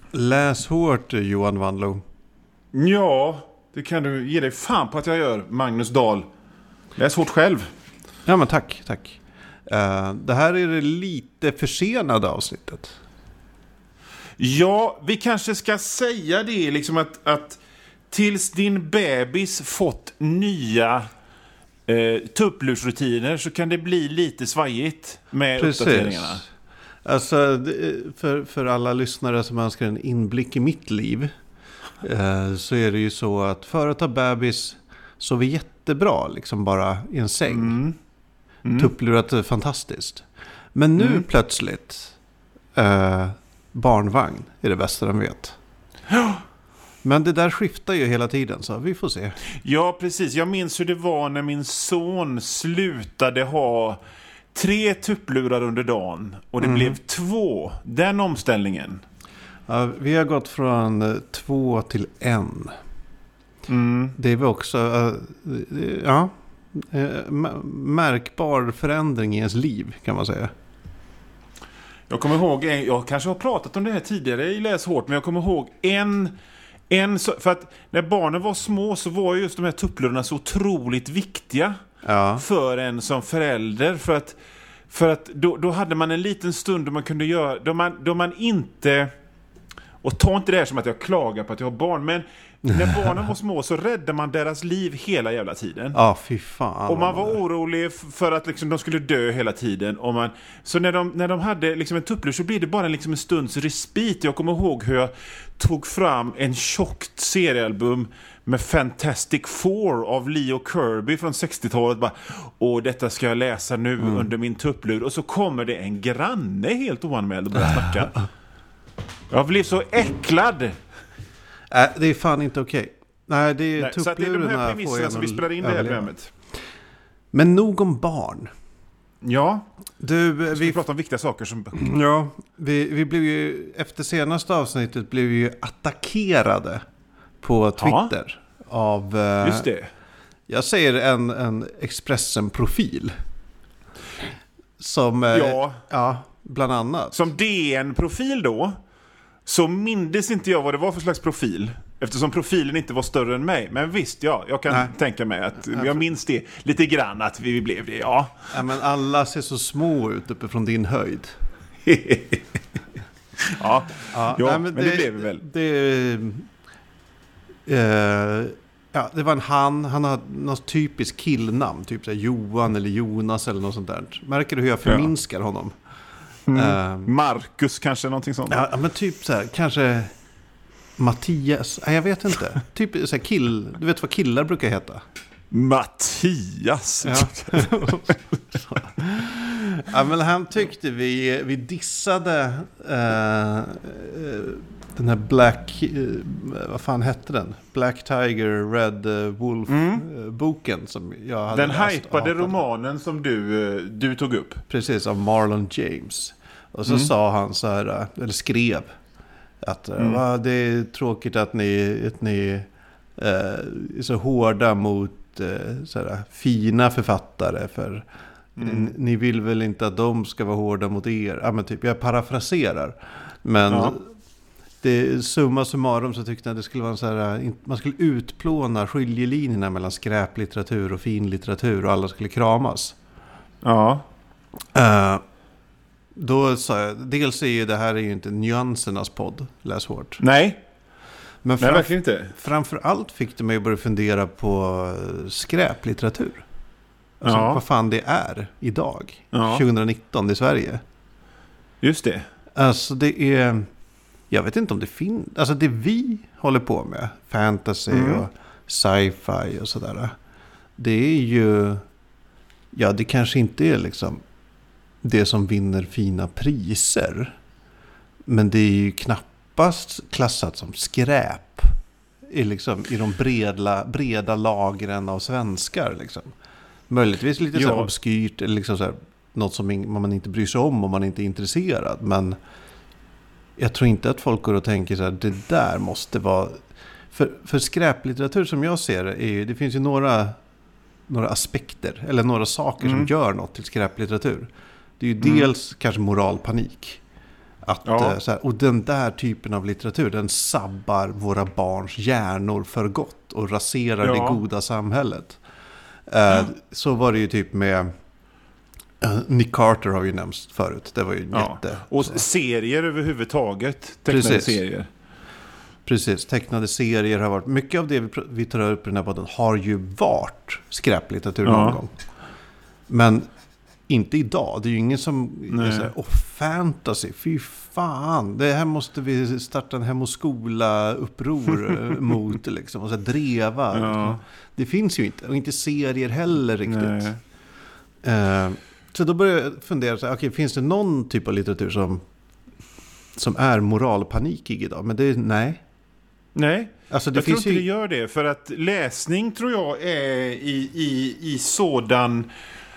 Läs hårt, Johan Wanlo. Ja, det kan du ge dig fan på att jag gör, Magnus Dahl. Läs hårt själv. Ja, men tack. Det här är det lite försenade avsnittet. Ja, vi kanske ska säga det liksom att tills din bebis fått nya tupplursrutiner så kan det bli lite svajigt med uppdateringarna. Alltså, för alla lyssnare som önskar en inblick i mitt liv så är det ju så att för att ha bebis sover jättebra liksom bara i en säng. Tupplurat är fantastiskt. Men nu plötsligt barnvagn är det bästa de vet. Men det där skiftar ju hela tiden, så vi får se. Ja, precis. Jag minns hur det var när min son slutade ha 3 tupplurar under dagen och det blev 2. Den omställningen. Ja, vi har gått från 2 till 1. Det är väl också märkbar förändring i ens liv, kan man säga. Jag kommer ihåg, jag kanske har pratat om det här tidigare i Läs hårt, men jag kommer ihåg för att när barnen var små så var just de här tupplurarna så otroligt viktiga för en som förälder, för att då hade man en liten stund då man kunde göra då man inte, och ta inte det här som att jag klagar på att jag har barn, men när barnen var små så räddade man deras liv hela jävla tiden. Ja, fy fan. Och man var orolig för att liksom de skulle dö hela tiden. Så när de hade liksom en tupplur så blev det bara liksom en stunds respit. Jag kommer ihåg hur jag tog fram en tjockt seriealbum med Fantastic Four av Leo Kirby från 60-talet. Och detta ska jag läsa nu under min tupplur. Och så kommer det en granne helt oanmäld och börjar snacka. Jag blev så äcklad. Det är fan inte okej. Nej, det är tupplurarna. Så att det är de här premisserna som vi spelar in det här programmet. Men nog om barn. Ja. Vi pratar om viktiga saker som... Ja, vi blev ju efter senaste avsnittet blev vi ju attackerade på Twitter av... Just det. Jag säger en Expressen-profil. Som... Ja, bland annat. Som DN-profil då. Så mindes inte jag vad det var för slags profil. Eftersom profilen inte var större än mig. Men visst, jag kan tänka mig att jag minns det lite grann att vi blev det, ja. Men alla ser så små ut uppe från din höjd. Men det blev vi väl. Det var en han har något typiskt killnamn. Typ så här Johan eller Jonas eller något sånt där. Märker du hur jag förminskar honom? Marcus kanske, någonting sånt. Ja, men typ så här, kanske Mattias. Nej, jag vet inte. Typ så här du vet vad killar brukar heta? Mattias. Ja, men han tyckte vi dissade den här vad fan hette den? Black Tiger, Red Wolf boken som jag hade den hypade romanen som du tog upp. Precis, av Marlon James. Och så sa han så här, eller skrev att det är tråkigt att ni är så hårda mot så här, fina författare, för ni vill väl inte att de ska vara hårda mot er. Ja, men typ, jag parafraserar. Men det, summa summarum så tyckte jag att det skulle vara så här, man skulle utplåna skiljelinjerna mellan skräplitteratur och finlitteratur och alla skulle kramas. Ja. Då sa jag, dels är ju det här är ju inte nyansernas podd, läs hårt. Nej. Men verkligen inte. Framförallt fick det mig att börja fundera på skräplitteratur. Alltså vad fan det är idag. 2019 i Sverige. Just det. Alltså det är... Jag vet inte om det finns... Alltså det vi håller på med, fantasy och sci-fi och sådär. Det är ju... Ja, det kanske inte är liksom det som vinner fina priser. Men det är ju knappast klassat som skräp i de breda lagren av svenskar. Liksom. Möjligtvis lite så här obskyrt, eller liksom så här, något som man inte bryr sig om man inte är intresserad. Men jag tror inte att folk går och tänker så här, det där måste vara... För skräplitteratur som jag ser det, är ju, det finns ju några aspekter eller några saker som gör något till skräplitteratur. Det är ju dels kanske moralpanik. Att, Ja. så här, och den där typen av litteratur, den sabbar våra barns hjärnor för gott och raserar det goda samhället. Så var det ju typ med Nick Carter har vi ju nämnt förut. Det var ju jätte... Och serier överhuvudtaget. Tecknade serier. Precis, tecknade serier har varit... Mycket av det vi tar upp i den här podden har ju varit skräplitteratur någon gång. Men inte idag. Det är ju ingen som säger, fantasy, fy fan. Det här måste vi starta en hem och skola-uppror mot liksom. Och så dreva. Liksom. Det finns ju inte. Och inte serier heller riktigt. Så då börjar jag fundera, okej, finns det någon typ av litteratur som är moralpanikig idag? Men det är nej. Alltså, jag tror inte det gör det. För att läsning tror jag är i sådan...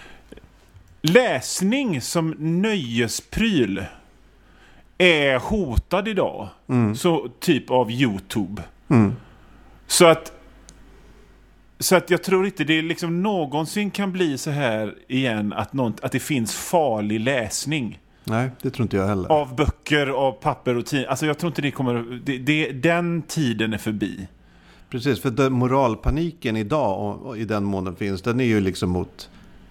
Läsning som nöjespryl är hotad idag. Så typ av YouTube. Så att jag tror inte det liksom någonsin kan bli så här igen att det finns farlig läsning. Nej, det tror inte jag heller. Av böcker, av papper och tid. Alltså jag tror inte det kommer... den tiden är förbi. Precis, för moralpaniken idag, och i den mån den finns, den är ju liksom mot...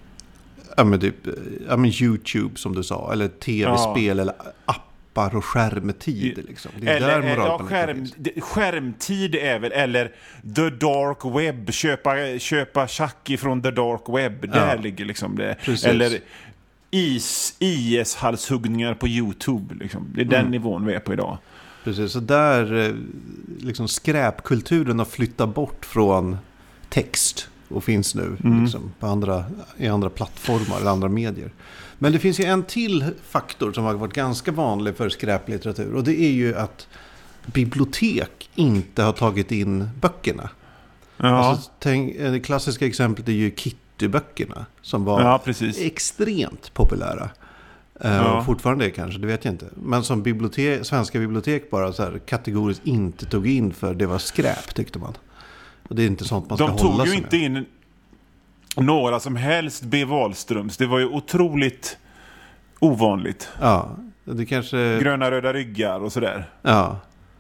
YouTube som du sa, eller tv-spel eller appar och skärmtid liksom. Det är eller, där moralpaniken finns. Skärmtid är väl, eller the dark web, köpa schack från the dark web, där ligger liksom det. Precis. Eller IS-halshuggningar på YouTube liksom. Det är den nivån vi är på idag. Precis, så där liksom skräpkulturen har flyttat bort från text och finns nu liksom, i andra plattformar eller andra medier. Men det finns ju en till faktor som har varit ganska vanlig för skräplitteratur, och det är ju att bibliotek inte har tagit in böckerna. Alltså, det klassiska exemplet är ju Kitty-böckerna som var extremt populära. Och fortfarande är kanske, det vet jag inte. Men som svenska bibliotek bara så här kategoriskt inte tog in, för det var skräp, tyckte man. Och det är inte sånt man ska hålla sig med. De tog ju inte in några som helst B. Wahlströms. Det var ju otroligt ovanligt. Ja, det kanske... Gröna röda ryggar och sådär. Ja.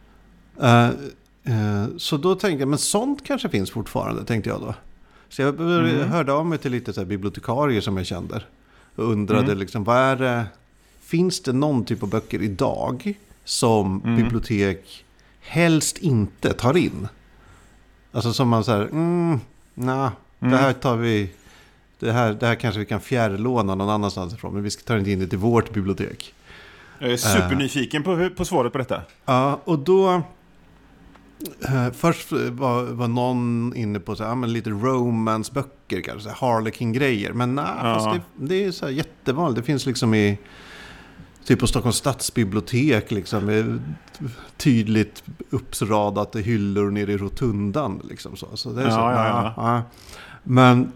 Så då tänkte jag, men sånt kanske finns fortfarande, tänkte jag då. Så jag hörde av mig till lite så här bibliotekarier som jag kände. Och undrade liksom, vad är det... Finns det någon typ av böcker idag som bibliotek helst inte tar in? Alltså som man säger, det här tar vi, det här kanske vi kan fjärrlåna någon annanstans ifrån, men vi ska ta inte in det till vårt bibliotek. Jag är supernyfiken på svaret på detta. Ja, och då först var någon inne på så här, men lite romance-böcker, kanske Harlequin-grejer, men fast det är så här jättevanligt. Det finns liksom i typ på Stockholms stadsbibliotek liksom, tydligt uppsradat i hyllor nere i rotundan liksom så det är Men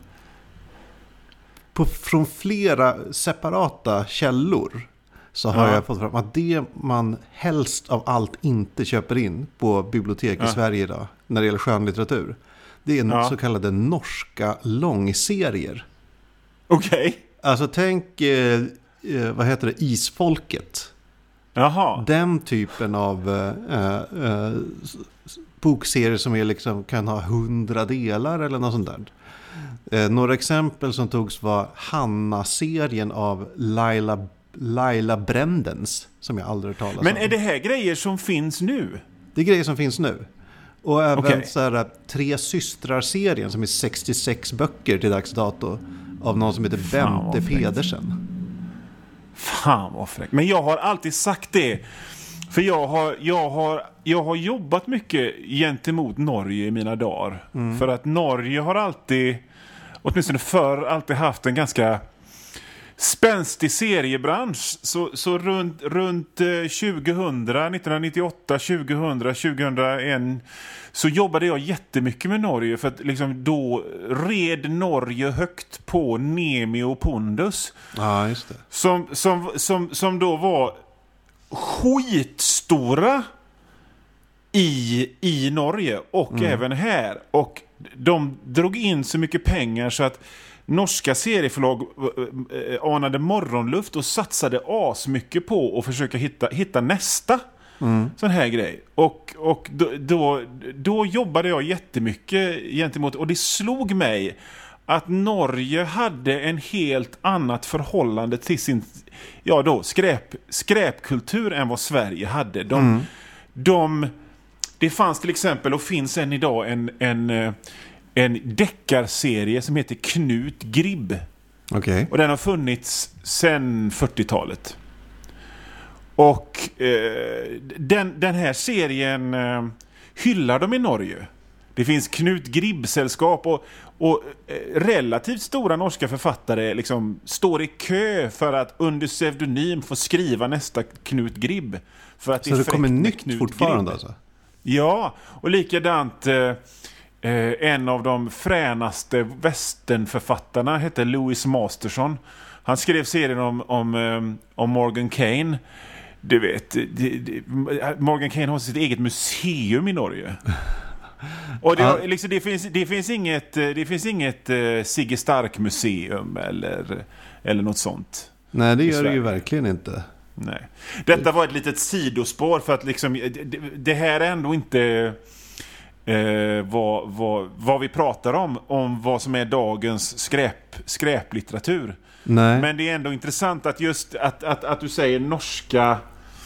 från flera separata källor så har jag fått fram att det man helst av allt inte köper in på bibliotek i Sverige idag när det gäller skönlitteratur, det är så kallade norska långserier. Okej. Alltså tänk vad heter det? Isfolket. Jaha. Den typen av bokserier som är liksom, kan ha 100 delar eller något sånt där. Några exempel som togs var Hanna-serien av Laila Brendens, som jag aldrig hört talas om. Men är det här grejer som finns nu? Det är grejer som finns nu. Och även så här, Tre systrar-serien som är 66 böcker till dags dato av någon som heter Bente Pedersen. Fan vad fräckt. Men jag har alltid sagt det. För jag har jobbat mycket gentemot Norge i mina dagar. För att Norge har alltid, åtminstone förr, alltid haft en ganska spänstig seriebransch. Så runt 1998, 2000, 2001 så jobbade jag jättemycket med Norge, för att liksom då red Norge högt på Nemi och Pondus. Ja, just det. Som då var skitstora i Norge och även här. Och de drog in så mycket pengar så att norska serieförlag anade morgonluft och satsade asmycket på att försöka hitta nästa sån här grej. Och då jobbade jag jättemycket gentemot, och det slog mig att Norge hade en helt annat förhållande till sin skräpkultur än vad Sverige hade. Det fanns till exempel, och finns än idag, en deckarserie som heter Knut Gribb. Okay. Och den har funnits sedan 40-talet. Och den här serien hyllar de i Norge. Det finns Knut Gribb-sällskap och relativt stora norska författare liksom står i kö för att under pseudonym få skriva nästa Knut Gribb. För att så det kommer nytt Knut fortfarande Gribb. Alltså? Ja, och likadant en av de fränaste västernförfattarna heter Louis Masterson. Han skrev serien om Morgan Cain. Du vet, Morgan Cain har sitt eget museum i Norge. Och det finns inget Sigge Stark museum eller något sånt. Nej, det gör det ju verkligen inte. Nej. Detta var ett litet sidospår för att liksom, det här är ändå inte vad vi pratar om vad som är dagens skräplitteratur. Nej. Men det är ändå intressant att just att du säger norska,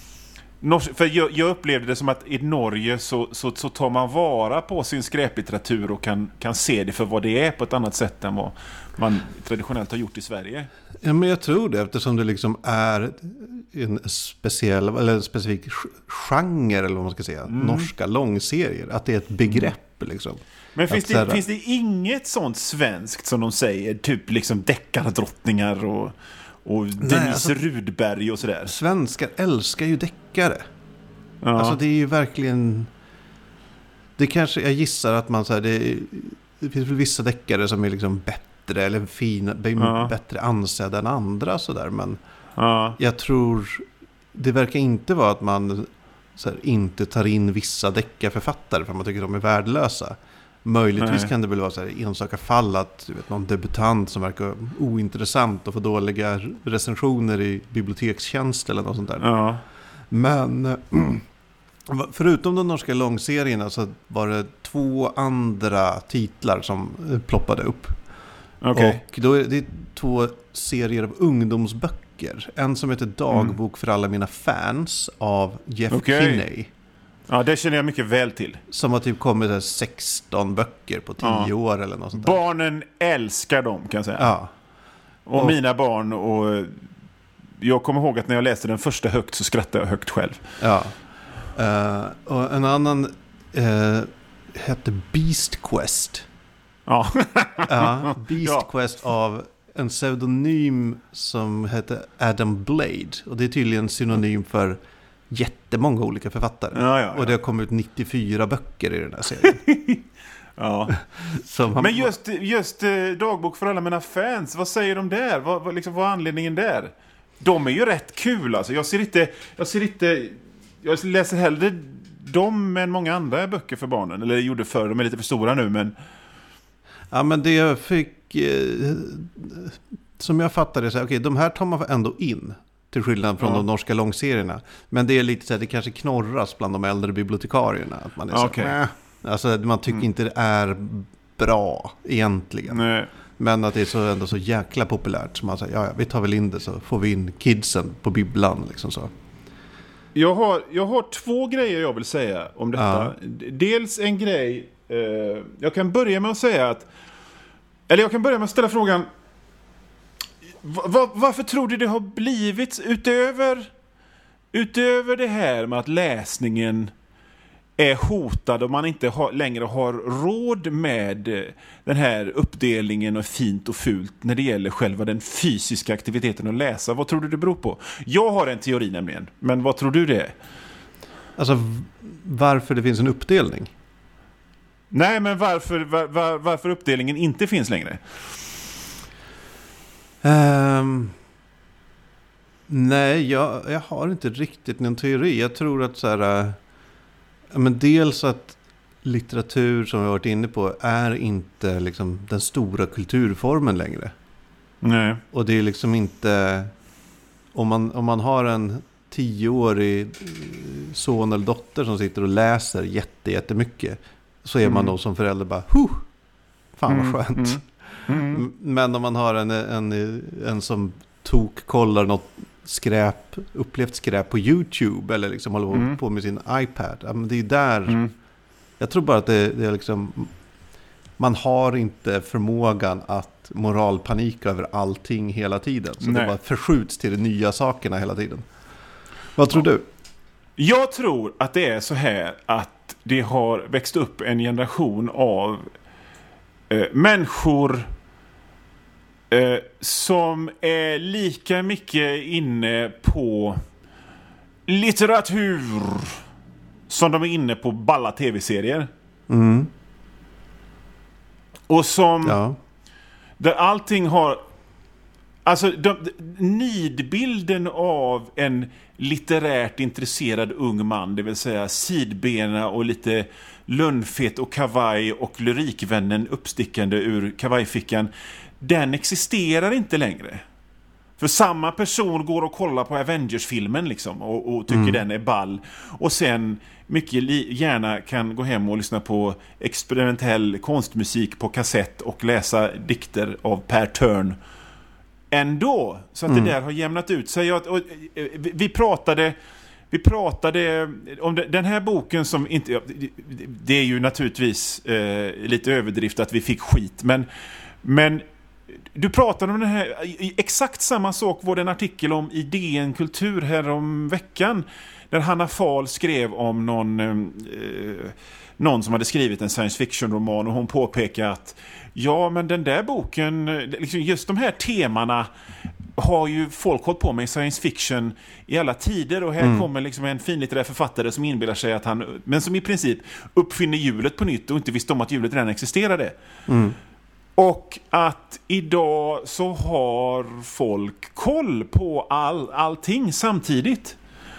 för jag upplevde det som att i Norge så tar man vara på sin skräplitteratur och kan se det för vad det är på ett annat sätt än vad man traditionellt har gjort i Sverige. Ja, men jag tror det, eftersom det liksom är en speciell eller en specifik genre eller vad man ska säga, norska långserier, att det är ett begrepp liksom. Men finns det inget sånt svenskt som de säger, typ liksom deckardrottningar och Denise Rudberg och sådär? Svenskar älskar ju deckare. Ja. Alltså det är ju verkligen, det kanske, jag gissar att man så här, det finns väl vissa deckare som är liksom bättre eller fina, bättre ansedda än andra så där, men jag tror det verkar inte vara att man så här, inte tar in vissa deckarförfattare för man tycker de är värdelösa. Möjligtvis kan det väl vara så här enstaka fall att du vet, någon debutant som verkar ointressant och får dåliga recensioner i bibliotekstjänst eller något sånt där. Ja. Men förutom de norska långserierna så var det 2 andra titlar som ploppade upp. Okay. Och då är det 2 serier av ungdomsböcker. En som heter Dagbok för alla mina fans av Jeff Kinney. Ja, det känner jag mycket väl till. Som har typ kommit 16 böcker på 10 år eller något sånt där. Barnen älskar dem, kan jag säga. Ja. Och mina barn, och jag kommer ihåg att när jag läste den första högt så skrattade jag högt själv. Ja. Och en annan hette Beast Quest. Ja. Ja, Beast Quest av en pseudonym som heter Adam Blade. Och det är tydligen synonym för jättemånga olika författare. Ja. Och det har kommit ut 94 böcker i den här serien. Ja. Men just Dagbok för alla mina fans, vad säger de där? Vad är anledningen där? De är ju rätt kul alltså. Jag läser hellre dem än många andra böcker för barnen. Eller gjorde förr, de är lite för stora nu, men... Ja, men det jag fick... som jag fattade så okej, de här tar man ändå in. Till skillnad från de norska långserierna. Men det är lite så här, det kanske knorras bland de äldre bibliotekarierna. Att man är så alltså man tycker inte det är bra egentligen. Nej. Men att det är så, ändå så jäkla populärt. Så man säger, ja, vi tar väl in det så får vi in kidsen på bibblan liksom så. Jag har 2 grejer jag vill säga om detta. Ja. Dels en grej, jag kan börja med att säga att, eller jag kan börja med att ställa frågan, varför tror du det har blivit utöver det här med att läsningen är hotad och man inte längre har råd med den här uppdelningen och fint och fult när det gäller själva den fysiska aktiviteten att läsa? Vad tror du det beror på? Jag har en teori nämligen, men vad tror du det är? Alltså varför det finns en uppdelning? Nej, men varför uppdelningen inte finns längre? Nej, jag har inte riktigt någon teori. Jag tror att så här, men dels att litteratur som vi har varit inne på är inte liksom den stora kulturformen längre. Nej. Och det är liksom inte... Om man har en 10-årig son eller dotter som sitter och läser jättemycket, så är man då som förälder bara, fan vad skönt. Men om man har en som kollar något upplevt skräp på YouTube eller liksom håller på med sin iPad, ja, men det är där jag tror bara att det är liksom, man har inte förmågan att moralpanika över allting hela tiden, så det bara förskjuts till de nya sakerna hela tiden. Vad tror du? Jag tror att det är så här att det har växt upp en generation av människor som är lika mycket inne på litteratur som de är inne på balla tv-serier. Och som där allting har, alltså nidbilden av en litterärt intresserad ung man, det vill säga sidbena och lite lunnfet och kavaj och lyrikvännen uppstickande ur kavajfickan, den existerar inte längre. För samma person går och kollar på Avengers-filmen liksom, och tycker den är ball. Och sen mycket gärna kan gå hem och lyssna på experimentell konstmusik på kassett och läsa dikter av Per Törn ändå. Så att det där har jämnat ut sig. Vi pratade om den här boken som inte... Det är ju naturligtvis lite överdrift att vi fick skit. Men du pratade om den här... Exakt samma sak var det en artikel om i DN Kultur här om veckan. Där Hanna Fahl skrev om någon som hade skrivit en science fiction-roman, och hon påpekade att ja, men den där boken, liksom just de här temana har ju folk hållit på med i science fiction i alla tider, och här kommer liksom en finlitterär författare som inbillar sig att men som i princip uppfinner hjulet på nytt och inte visste om att hjulet redan existerade. Och att idag så har folk koll på allting samtidigt.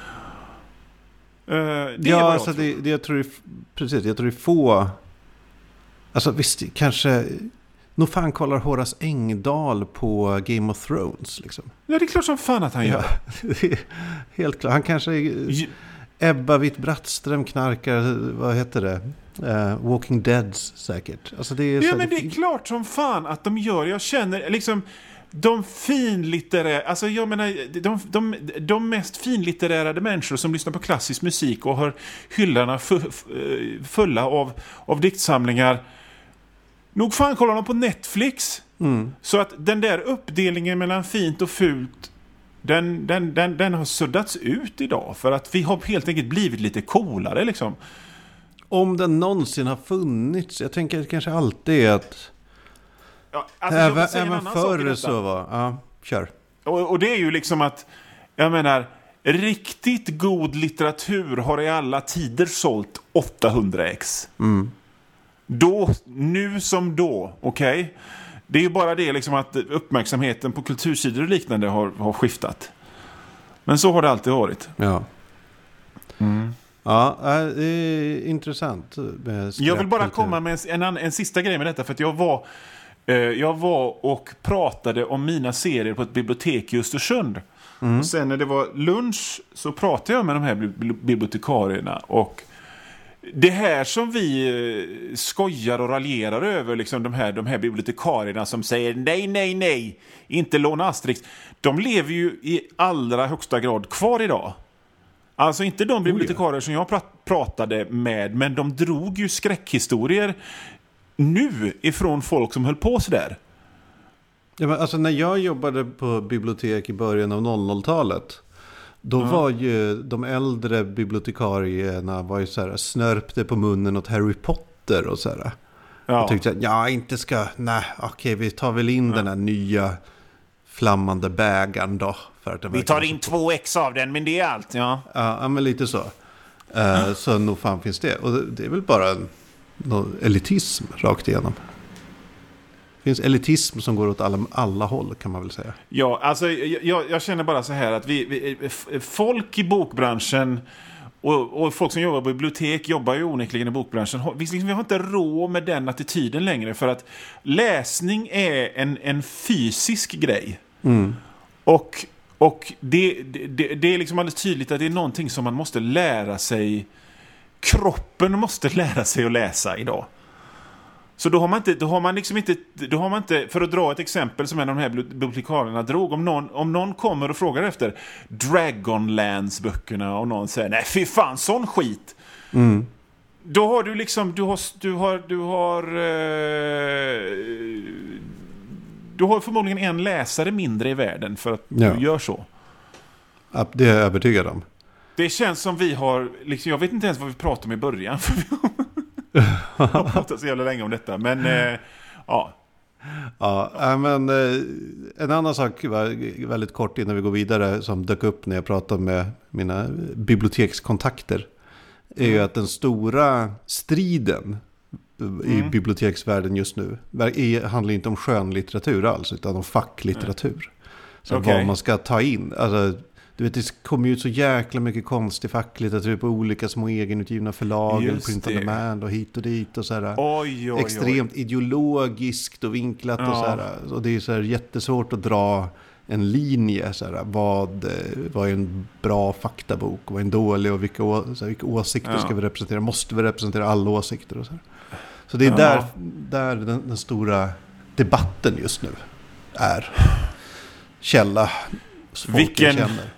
Jag tror det är få. Alltså visst, kanske nog fan kollar Horace Engdahl på Game of Thrones liksom. Ja, det är klart som fan att han gör. Helt klart. Han kanske Ebba Witt-Brattström knarkar, vad heter det? Walking Dead säkert. Alltså det är men det är klart som fan att de gör. Jag känner liksom de finlitterära, alltså jag menar de mest finlitterärade människor som lyssnar på klassisk musik och har hyllarna fulla av diktsamlingar, nog fan kollar de på Netflix. Så att den där uppdelningen mellan fint och fult, den har suddats ut idag, för att vi har helt enkelt blivit lite coolare liksom. Om den någonsin har funnits, jag tänker att det kanske alltid är att även förr så var. Ja, kör. Och det är ju liksom att, jag menar, riktigt god litteratur har i alla tider sålt 800x. Då, nu som då, okej? Det är ju bara det liksom att uppmärksamheten på kultursidor och liknande har skiftat. Men så har det alltid varit. Ja. Ja, det är intressant. Jag vill bara komma med en sista grej med detta, för att jag var och pratade om mina serier på ett bibliotek i Östersund. Och sen när det var lunch så pratade jag med de här bibliotekarierna, och det här som vi skojar och raljerar över liksom de här bibliotekarierna som säger nej, inte låna Asterix, de lever ju i allra högsta grad kvar idag. Alltså inte de bibliotekarier som jag pratade med, men de drog ju skräckhistorier nu ifrån folk som höll på så där. Ja, men alltså när jag jobbade på bibliotek i början av 00-talet, då var ju de äldre bibliotekarierna var ju så här, snörpte på munnen åt Harry Potter och så här. Ja. Och tyckte att vi tar väl in den här nya flammande bägaren då. För att vi tar in 2x av den, men det är allt. Ja, men lite så. Så nog fan finns det. Och det är väl bara någon elitism rakt igenom. Det finns elitism som går åt alla håll, kan man väl säga. Ja, alltså jag känner bara så här att vi folk i bokbranschen Och folk som jobbar på bibliotek jobbar ju onekligen i bokbranschen. Vi har inte råd med den attityden längre, för att läsning är en fysisk grej. Och det är liksom alldeles tydligt att det är någonting som man måste lära sig. Kroppen måste lära sig att läsa idag. Så då har man inte, för att dra ett exempel som en av de här bibliotekarierna drog, om någon kommer och frågar efter Dragonlance-böckerna och någon säger nej fy fan sån skit. Då har du liksom du har förmodligen en läsare mindre i världen för att du gör så. Ja, det är jag övertygad om. Det känns som vi har liksom, jag vet inte ens vad vi pratade om i början för vi har pratat så jävla länge om detta, men ja. Ja, men en annan sak väldigt kort innan vi går vidare som dök upp när jag pratade med mina bibliotekskontakter är ju att den stora striden i biblioteksvärlden just nu handlar inte om skönlitteratur alls utan om facklitteratur. Så vad man ska ta in. Alltså, du vet, det kommer ju ut så jäkla mycket konstig facklitteratur på olika små egenutgivna förlag eller print on demand och hit och dit och så här. Extremt ideologiskt och vinklat och så här. Och det är så här jättesvårt att dra en linje så här, vad är en bra faktabok och vad är en dålig och vilka åsikter ska vi representera, måste vi representera alla åsikter och så här. Så det är där den stora debatten just nu är. Källa vilken känner.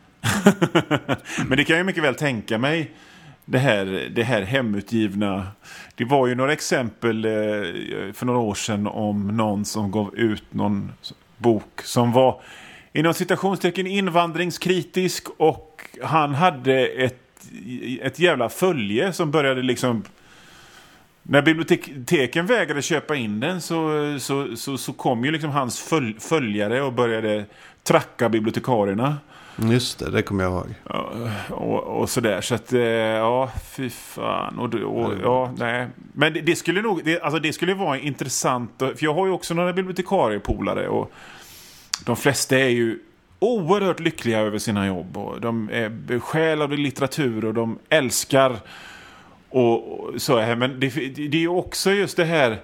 Men det kan jag mycket väl tänka mig det här hemutgivna. Det var ju några exempel för några år sedan om någon som gav ut någon bok som var inom citationstecken invandringskritisk och han hade ett jävla följe som började liksom när biblioteken vägrade köpa in den så kom ju liksom hans följare och började tracka bibliotekarierna. Just det kommer jag ihåg. Och sådär. Så att, ja, fy fan. Ja, nej. Men det skulle nog, det skulle vara intressant. För jag har ju också några bibliotekariepolare och de flesta är ju oerhört lyckliga över sina jobb. Och de är besjälade av litteratur och de älskar och så här. Men det är ju också just det här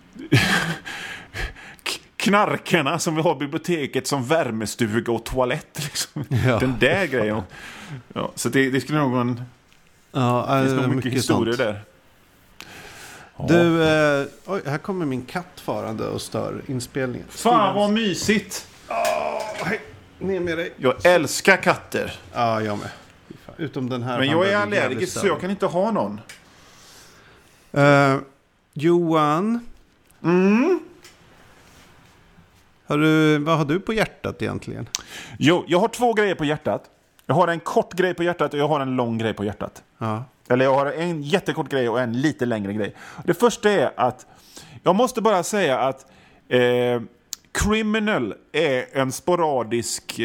knarkarna som vi har biblioteket som värmestuga och toalett liksom. Den där grejen. Ja, så det skulle nog vara en det finns nog mycket historier sånt där. Du, här kommer min katt farande och stör inspelningen. Fan vad mysigt. Hej, ner med dig. Jag älskar katter. Ja, jag med. Utom den här. Men jag är allergisk så jag kan inte ha någon. Johan. Vad har du på hjärtat egentligen? Jo, jag har 2 grejer på hjärtat. Jag har en kort grej på hjärtat och jag har en lång grej på hjärtat. Ja. Eller jag har en jättekort grej och en lite längre grej. Det första är att jag måste bara säga att Criminal är en sporadisk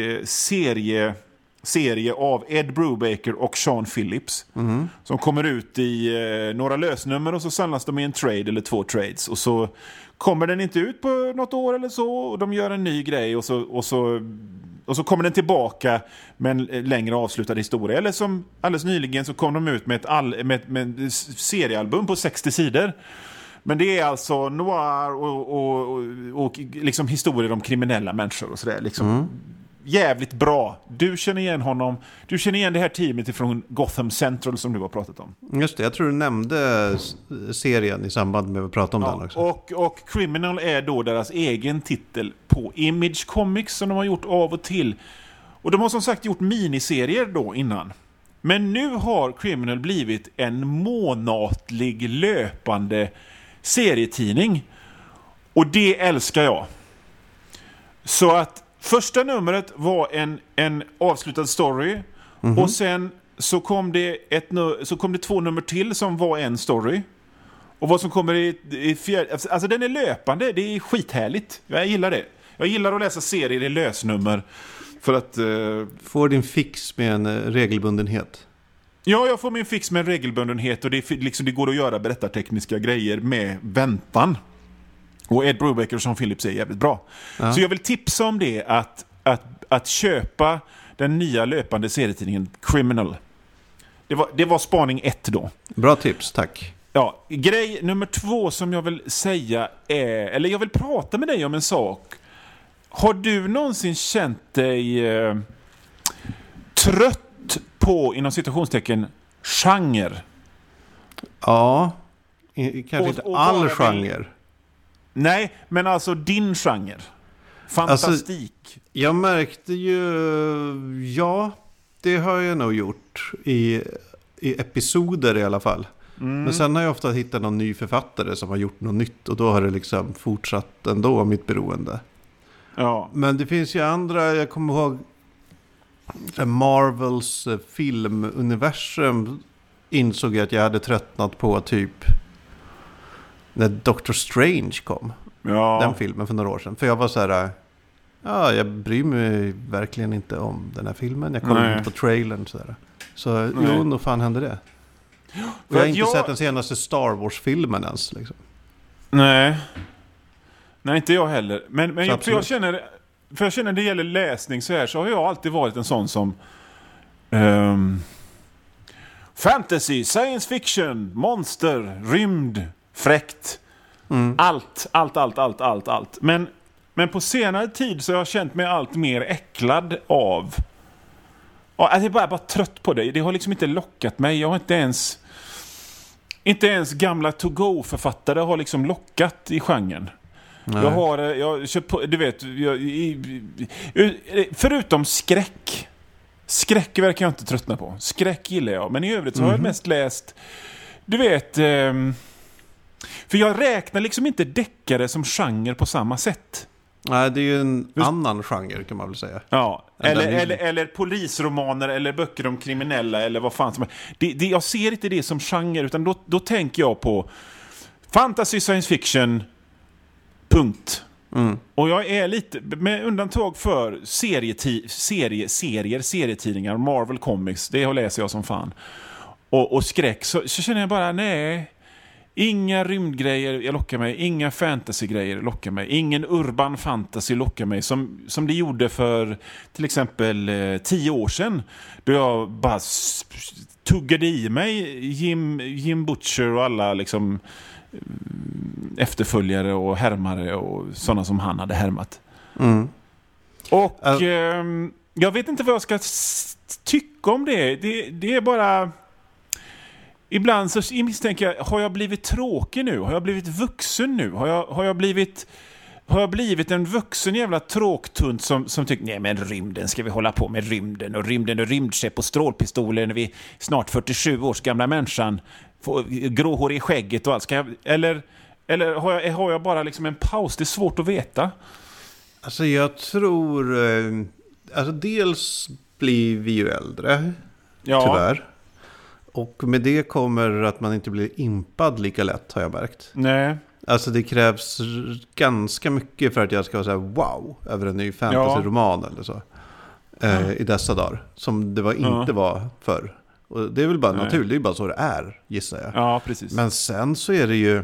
serie av Ed Brubaker och Sean Phillips som kommer ut i några lösnummer och så samlas de i en trade eller 2 trades och så kommer den inte ut på något år eller så och de gör en ny grej och så kommer den tillbaka med en längre avslutad historia. Eller som alldeles nyligen så kom de ut med ett seriealbum på 60 sidor. Men det är alltså noir och liksom historier om kriminella människor och sådär liksom. Jävligt bra. Du känner igen honom. Du känner igen det här teamet från Gotham Central som du har pratat om. Just det, jag tror du nämnde serien i samband med att prata om den också. Och Criminal är då deras egen titel på Image Comics som de har gjort av och till. Och de har som sagt gjort miniserier då innan. Men nu har Criminal blivit en månatlig löpande serietidning. Och det älskar jag. Så att första numret var en avslutad story och sen så kom det 2 nummer till som var en story. Och vad som kommer i fjärde, alltså den är löpande, det är skithärligt. Jag gillar det. Jag gillar att läsa serier i lösnummer för att får din fix med en regelbundenhet. Ja, jag får min fix med en regelbundenhet och det går att göra berättartekniska grejer med väntan. Och Ed Brubaker och Sean Phillips är jävligt bra. Ja. Så jag vill tipsa om det att köpa den nya löpande serietidningen Criminal. Det var spaning 1 då. Bra tips, tack. Ja, grej nummer 2 som jag vill säga är... Eller jag vill prata med dig om en sak. Har du någonsin känt dig trött på, inom citationstecken, genre? Ja, kanske inte all genre. Nej, men alltså din genre. Fantastik. Alltså, jag märkte ju... Ja, det har jag nog gjort i episoder i alla fall. Men sen har jag ofta hittat någon ny författare som har gjort något nytt. Och då har det liksom fortsatt ändå mitt beroende. Ja. Men det finns ju andra, jag kommer ihåg Marvels filmuniversum insåg jag att jag hade tröttnat på typ när Doctor Strange kom. Ja. Den filmen för några år sedan. För jag var så här, ja, jag bryr mig verkligen inte om den här filmen. Jag kollade inte på trailern så där. Så jo, nog fan hände det. Och jag har inte sett den senaste Star Wars-filmen ens liksom. Nej, inte jag heller. Men jag känner när det gäller läsning så här, så har jag alltid varit en sån som fantasy, science fiction, monster, rymd, fräckt. Allt. Men på senare tid så har jag känt mig allt mer äcklad av... Ja, jag är bara trött på det. Det har liksom inte lockat mig. Jag har inte ens gamla to-go-författare har liksom lockat i genren. Nej. Jag kör på, du vet, förutom skräck. Skräck verkar jag inte tröttna på. Skräck gillar jag, men i övrigt så har jag mest läst, du vet, för jag räknar liksom inte deckare som genre på samma sätt. Nej, det är ju en annan genre kan man väl säga. Ja, eller polisromaner eller böcker om kriminella eller vad fan som är. Jag ser inte det som genre, utan då tänker jag på fantasy, science fiction, punkt. Och jag är lite, med undantag för serietidningar, Marvel Comics, det läser jag som fan. Och skräck, så känner jag bara, nej. Inga rymdgrejer lockar mig, inga fantasygrejer lockar mig, ingen urban fantasy lockar mig som det gjorde för till exempel 10 år sedan, då jag bara tuggade i mig Jim Butcher och alla liksom efterföljare och härmare och sådana som han hade härmat. Och jag vet inte vad jag ska tycka om det. Det är bara... Ibland så misstänker jag, har jag blivit tråkig nu? Har jag blivit vuxen nu? Har jag blivit en vuxen jävla tråktunt som tycker, nej men rymden, ska vi hålla på med rymden och rymdskepp och strålpistoler när vi snart 47 års gamla människan får gråhår i skägget och allt. Eller har jag bara liksom en paus? Det är svårt att veta. Alltså jag tror, alltså dels blir vi ju äldre, tyvärr. Och med det kommer att man inte blir impad lika lätt, har jag märkt. Nej. Alltså det krävs ganska mycket för att jag ska säga wow över en ny fantasy-roman eller så. I dessa dagar. Som det inte var förr. Och det är väl bara naturligt, det är bara så det är, gissar jag. Ja, precis. Men sen så är det ju...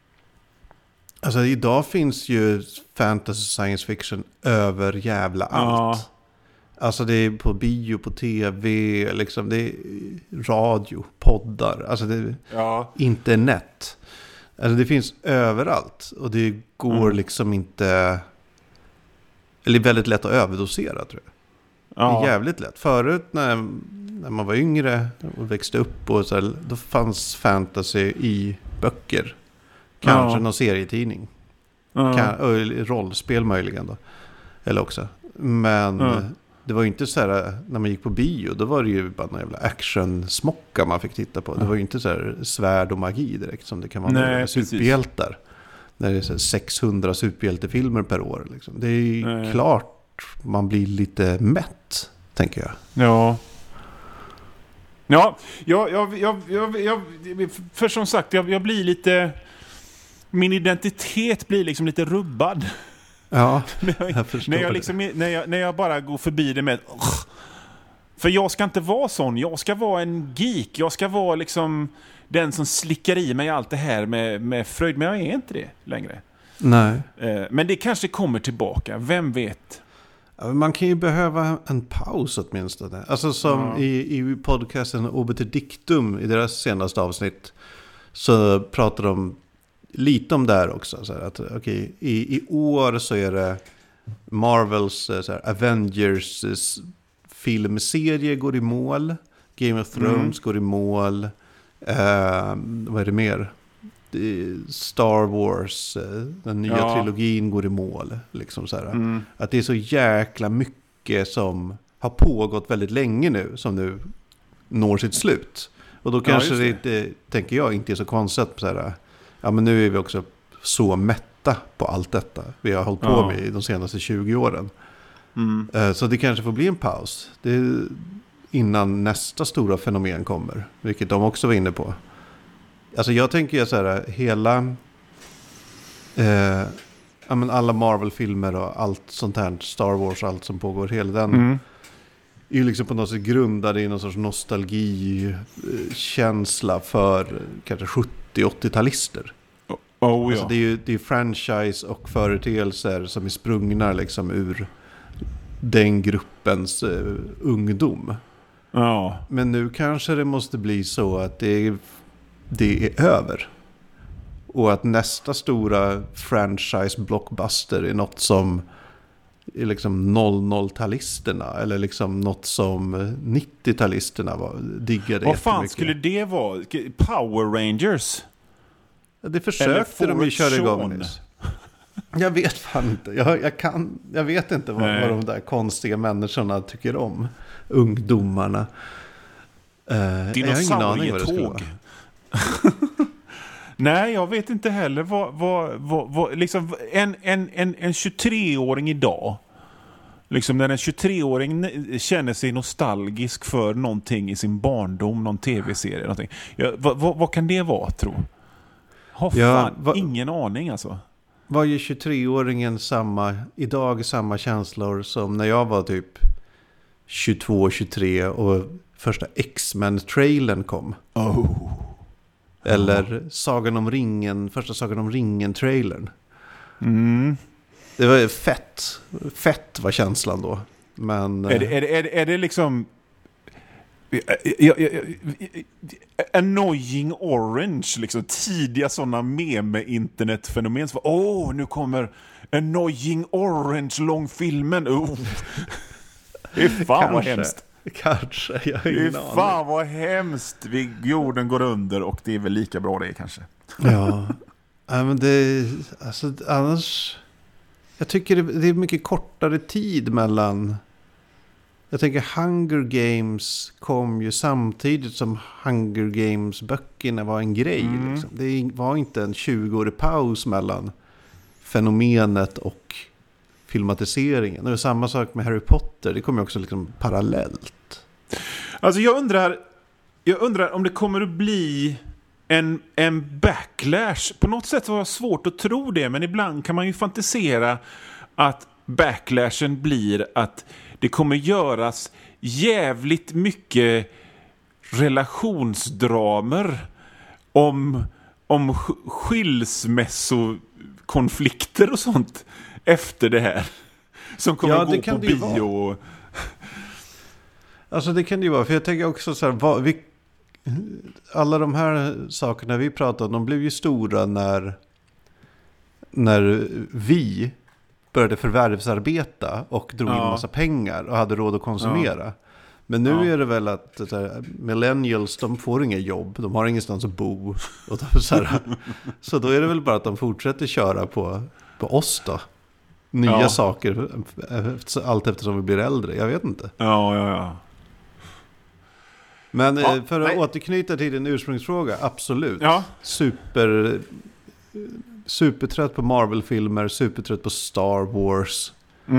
Alltså idag finns ju fantasy science fiction över jävla allt. Alltså det är på bio, på tv, liksom det är radio, poddar, alltså det är internet. Alltså det finns överallt och det går liksom inte, eller väldigt lätt att överdosera, tror jag. Det är jävligt lätt. Förut när man var yngre och växte upp och så här, då fanns fantasy i böcker. Kanske någon serietidning. Rollspel möjligen då. Eller också. Men det var ju inte så här, när man gick på bio, då var det ju bara någon jävla action-smocka man fick titta på. Det var ju inte så här svärd och magi direkt som det kan vara med superhjältar. När det är så här 600 superhjältefilmer per år. Liksom. Det är ju klart man blir lite mätt, tänker jag. Ja, för som sagt, jag blir lite... Min identitet blir liksom lite rubbad. Ja, jag förstår när jag liksom, när jag bara går förbi det med... För jag ska inte vara sån. Jag ska vara en geek. Jag ska vara liksom den som slickar i mig allt det här med fröjd. Men jag är inte det längre. Nej. Men det kanske kommer tillbaka. Vem vet? Man kan ju behöva en paus åtminstone. Alltså som i podcasten Obiter Dictum i deras senaste avsnitt så pratar de lite om det här också. Så här att, i år så är det Marvels så här, Avengers filmserie går i mål. Game of Thrones går i mål. Vad är det mer? Star Wars, den nya trilogin går i mål. Liksom så här. Att det är så jäkla mycket som har pågått väldigt länge nu, som nu når sitt slut. Och då kanske det inte, tänker jag, inte är så konstigt så här, ja men nu är vi också så mätta på allt detta vi har hållit på med i de senaste 20 åren. Så det kanske får bli en paus. Det är innan nästa stora fenomen kommer, vilket de också var inne på. Alltså jag tänker så här, hela alla Marvel-filmer och allt sånt här, Star Wars, allt som pågår, hela den är ju liksom på något sätt grundad i någon sorts nostalgikänsla för kanske 70-80-talister. Alltså det är ju franchise och företeelser som är sprungna liksom ur den gruppens ungdom. Ja. Men nu kanske det måste bli så att det är över. Och att nästa stora franchise-blockbuster är något som är liksom 00-talisterna. Eller liksom något som 90-talisterna diggade jättemycket. Vad fan skulle det vara? Power Rangers? Det försökte de ju köra igång nyss. Jag vet fan inte. Jag vet inte vad de där konstiga människorna tycker om. Ungdomarna. Jag har ingen aning vad det skulle vara. Nej, jag vet inte heller vad liksom en 23-åring idag, liksom när en 23-åring känner sig nostalgisk för någonting i sin barndom, någon tv-serie någonting. Vad kan det vara, tro? Har fan ingen aning alltså. Var ju 23-åringen idag samma känslor som när jag var typ 22-23 och första X-Men-trailern kom. Eller Sagan om ringen, första Sagan om ringen-trailern. Det var fett var känslan då. Men är det liksom annoying orange, liksom tidiga sådana meme-internetfenomen. Nu kommer annoying orange långfilmen. Det är fan vad hemskt. Kanske, jag har ingen aning. Fan vad hemskt. Jorden går under och det är väl lika bra det kanske. Ja, men det alltså annars jag tycker det är mycket kortare tid mellan. Jag tänker Hunger Games kom ju samtidigt som Hunger Games-böckerna var en grej. Liksom. Det var inte en 20-årig paus mellan fenomenet och filmatiseringen. Det är samma sak med Harry Potter. Det kommer ju också liksom parallellt. Alltså jag undrar om det kommer att bli en backlash. På något sätt var det svårt att tro det, men ibland kan man ju fantisera att backlashen blir att det kommer göras jävligt mycket relationsdramer om skilsmässokonflikter och sånt efter det här. Som kommer att gå på bio. Alltså det kan det ju vara. För jag tänker också så här, alla de här sakerna vi pratar om, de blev ju stora när vi började förvärvsarbeta och drog in massa pengar och hade råd att konsumera. Ja. Men nu är det väl att millennials, de får inga jobb, de har ingenstans att bo. Och så då är det väl bara att de fortsätter köra på oss då. Nya saker allt eftersom vi blir äldre, jag vet inte. Ja. Men för att återknyta till din ursprungsfråga, absolut. Ja. Supertrött på Marvel-filmer, supertrött på Star Wars.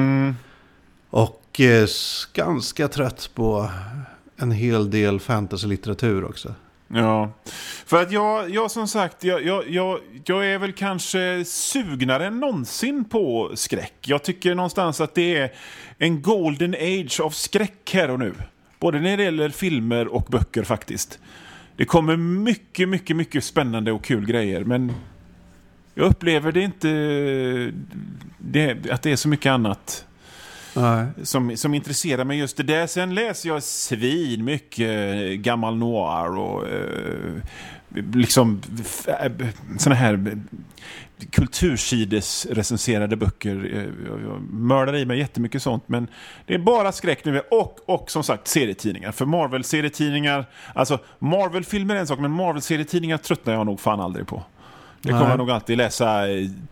Och ganska trött på en hel del fantasy-litteratur också. Ja, för att jag som sagt, jag är väl kanske sugnare än någonsin på skräck. Jag tycker någonstans att det är en golden age av skräck här och nu. Både när det gäller filmer och böcker faktiskt. Det kommer mycket, mycket, mycket spännande och kul grejer, men jag upplever det inte att det är så mycket annat som intresserar mig just det där. Sen läser jag svin mycket gammal noir och liksom såna här kultursides recenserade böcker. Jag mördar i mig jättemycket sånt, men det är bara skräck nu och som sagt serietidningar. För Marvel-serietidningar, alltså Marvel-filmer är en sak, men Marvel-serietidningar tröttnar jag nog fan aldrig på. Det kommer jag nog alltid läsa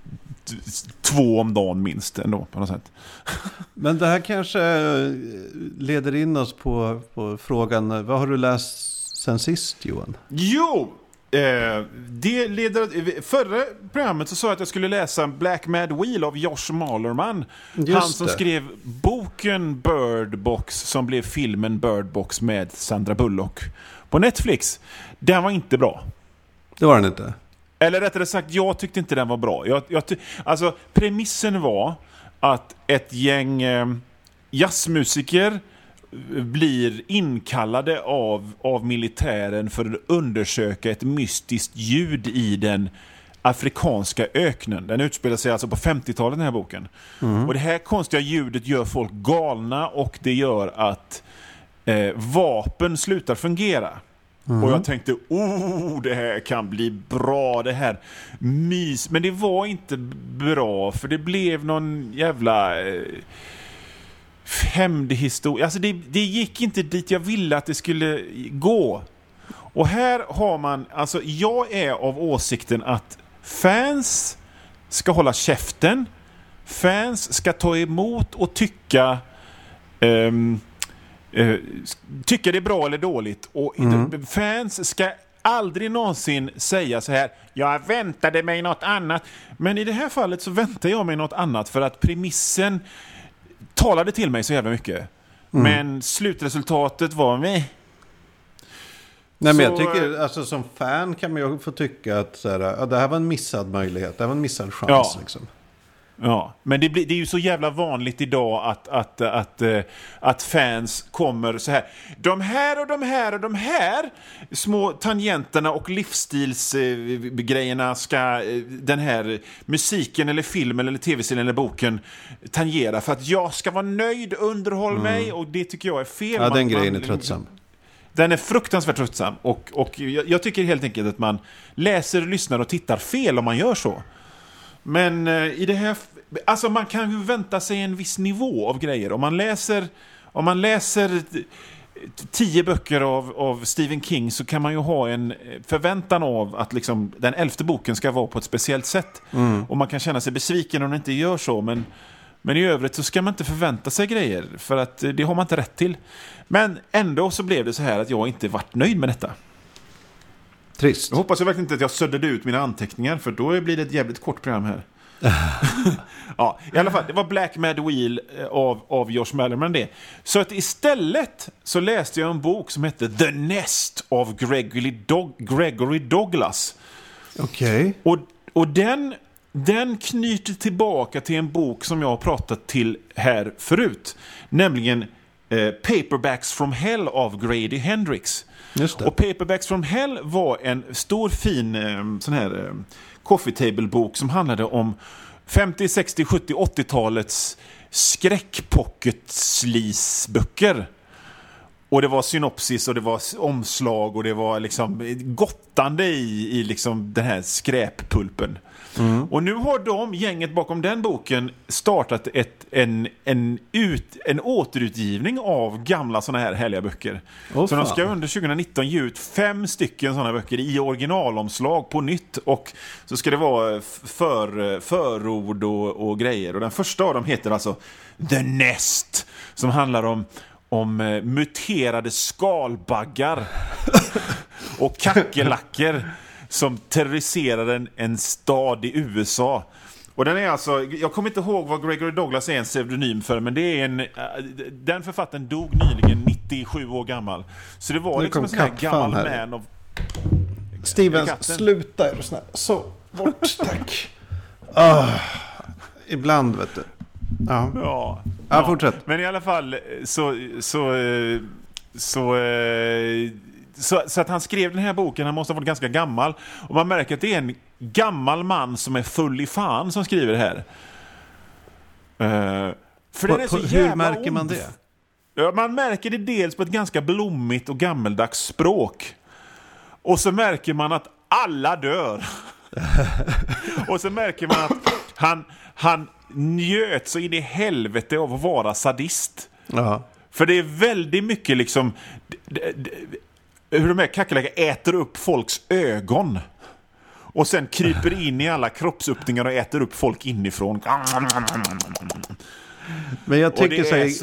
2 om dagen minst ändå på något sätt. Men det här kanske leder in oss på frågan, vad har du läst sen sist, Johan? Jo! Det leder, förra programmet så sa jag att jag skulle läsa Black Mad Wheel av Josh Malerman. Han som skrev boken Bird Box som blev filmen Bird Box med Sandra Bullock på Netflix. Den var inte bra. Det var den inte. Eller rättare sagt, jag tyckte inte den var bra. Alltså premissen var att ett gäng jazzmusiker blir inkallade av militären för att undersöka ett mystiskt ljud i den afrikanska öknen. Den utspelar sig alltså på 50-talet, den här boken. Och det här konstiga ljudet gör folk galna och det gör att vapen slutar fungera. Och jag tänkte, det här kan bli bra, det här mys. Men det var inte bra, för det blev någon jävla hämndhistoria. Alltså det gick inte dit jag ville att det skulle gå. Och här har man, alltså jag är av åsikten att fans ska hålla käften. Fans ska ta emot och tycka det är bra eller dåligt. Och fans ska aldrig någonsin säga så här: jag väntade mig något annat. Men i det här fallet så väntar jag mig något annat, för att premissen talade till mig så jävla mycket. Men slutresultatet var med. Nej, men jag tycker, alltså som fan kan man ju få tycka att så här, det här var en missad möjlighet, det här var en missad chans liksom. Ja, men det är ju så jävla vanligt idag att fans kommer så här. De här och de här och de här små tangenterna och livsstilsgrejerna ska den här musiken eller filmen eller tv-serien eller boken tangera för att jag ska vara nöjd, underhåll mig, och det tycker jag är fel. Ja, den grejen är tröttsam. Den är fruktansvärt tröttsam och jag tycker helt enkelt att man läser, lyssnar och tittar fel om man gör så. Men i det här, alltså man kan ju vänta sig en viss nivå av grejer. Om man läser 10 böcker av Stephen King så kan man ju ha en förväntan av att liksom den 11:e boken ska vara på ett speciellt sätt. Och man kan känna sig besviken om det inte gör så, men i övrigt så ska man inte förvänta sig grejer, för att det har man inte rätt till. Men ändå så blev det så här att jag inte varit nöjd med detta. Trist. Jag hoppas verkligen inte att jag söddade ut mina anteckningar, för då blir det ett jävligt kort program här. Ja, i alla fall, det var Black Mad Wheel av Josh Malerman det. Så att istället så läste jag en bok som hette The Nest av Gregory Douglas. Okej. Och den knyter tillbaka till en bok som jag har pratat till här förut, nämligen Paperbacks from Hell av Grady Hendrix. Just det. Och Paperbacks from Hell var en stor fin sån här coffee table bok som handlade om 50, 60, 70, 80-talets skräckpocket-sleaze-böcker. Och det var synopsis och det var omslag och det var liksom gottande i liksom den här skräppulpen. Och nu har gänget bakom den boken startat en återutgivning av gamla såna här härliga böcker. Så de ska under 2019 ge ut 5 stycken såna böcker i originalomslag på nytt, och så ska det vara förord och grejer. Och den första av dem heter alltså The Nest, som handlar om muterade skalbaggar och kackerlackor som terroriserar en stad i USA. Och den är alltså, jag kommer inte ihåg vad Gregory Douglas är en pseudonym för, men det är den författaren dog nyligen, 97 år gammal. Så det var liksom en sån här gammal man av... Steven, sluta, är du snäll. Så, bort, tack. Ibland, vet du. Ja, fortsätt. Men i alla fall så att han skrev den här boken, han måste ha varit ganska gammal, och man märker att det är en gammal man som är full i fan som skriver det här. För den är så jävla hur märker man det? Ja, man märker det dels på ett ganska blommigt och gammeldags språk. Och så märker man att alla dör. Och så märker man att han njöt så in i helvete av att vara sadist. Ja. För det är väldigt mycket liksom hur de här kackerlackor äter upp folks ögon. Och sen kryper in i alla kroppsöppningar och äter upp folk inifrån. Men jag tycker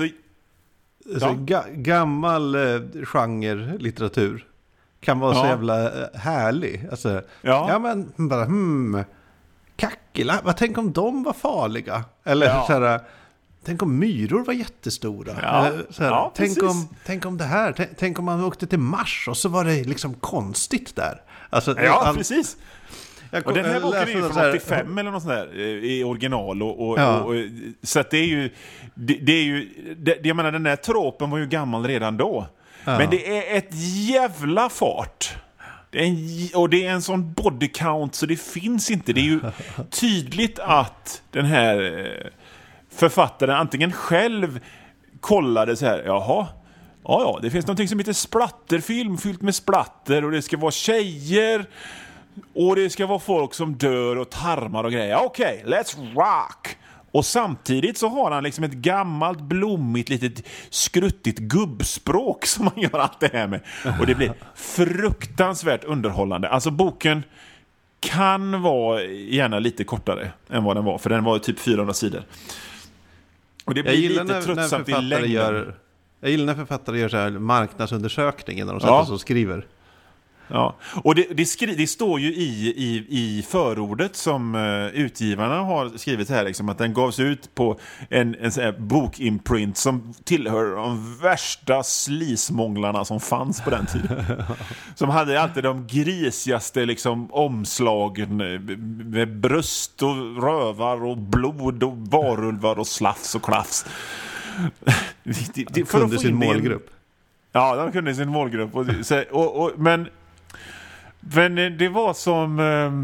så gammal genre litteratur kan vara så jävla härlig. Alltså, ja men bara kackerlackor, tänk om de var farliga? Eller så här, tänk om myror var jättestora. Eller, så här, tänk om det här. Tänk om man åkte till Mars och så var det liksom konstigt där. Alltså, precis. Och den här boken är ju från 85 eller något sånt där i original och så att det är ju jag menar den här tropen var ju gammal redan då. Ja. Men det är ett jävla fart. Det är en sån body count så det finns inte. Det är ju tydligt att den här författaren antingen själv kollade så här, ja, det finns någonting som heter splatterfilm fyllt med splatter och det ska vara tjejer och det ska vara folk som dör och tarmar och grejer. Okej, let's rock! Och samtidigt så har han liksom ett gammalt, blommigt, litet skruttigt gubbspråk som man gör allt det här med. Och det blir fruktansvärt underhållande. Alltså boken kan vara gärna lite kortare än vad den var. För den var typ 400 sidor. Och det blir lite tröttsamt i längden. Jag gillar när författare gör så här marknadsundersökningen när de sätter sig och skriver. Ja, och det står ju i förordet som utgivarna har skrivit här liksom, att den gavs ut på en sån här bokimprint som tillhör de värsta slismånglarna som fanns på den tiden. Som hade alltid de grisigaste liksom, omslagen med bröst och rövar och blod och varulvar och slafs och klafs. Det kunde sin målgrupp. Ja, de kunde sin målgrupp. Men det var som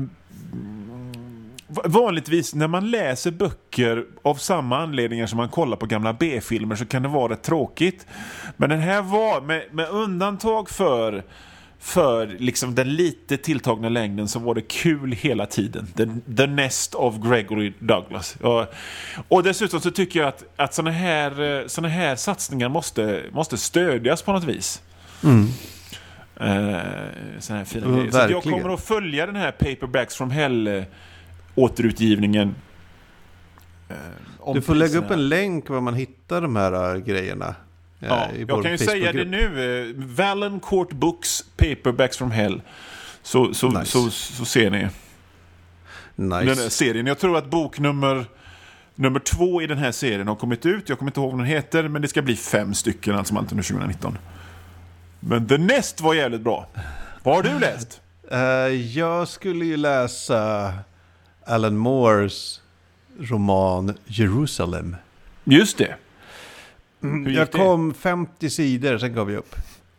vanligtvis när man läser böcker av samma anledningar som man kollar på gamla B-filmer så kan det vara rätt tråkigt. Men den här var med undantag för liksom den lite tilltagna längden så var det kul hela tiden. The Nest of Gregory Douglas. Och dessutom så tycker jag att såna här satsningar måste stödjas på något vis. Mm. Sån här fina grejer. Så jag kommer att följa den här Paperbacks from Hell återutgivningen. Du får lägga upp en länk var man hittar de här grejerna. Jag kan ju säga det nu. Valancourt Books Paperbacks from Hell. Så ser ni. Nice. Den här serien. Jag tror att bok nummer 2 i den här serien har kommit ut. Jag kommer inte ihåg vad den heter, men det ska bli 5 stycken alltså under 2019. Men The Nest var jävligt bra. Vad har du läst? Jag skulle ju läsa Alan Moores roman Jerusalem. Just det. Jag kom 50 sidor, sen gav vi upp.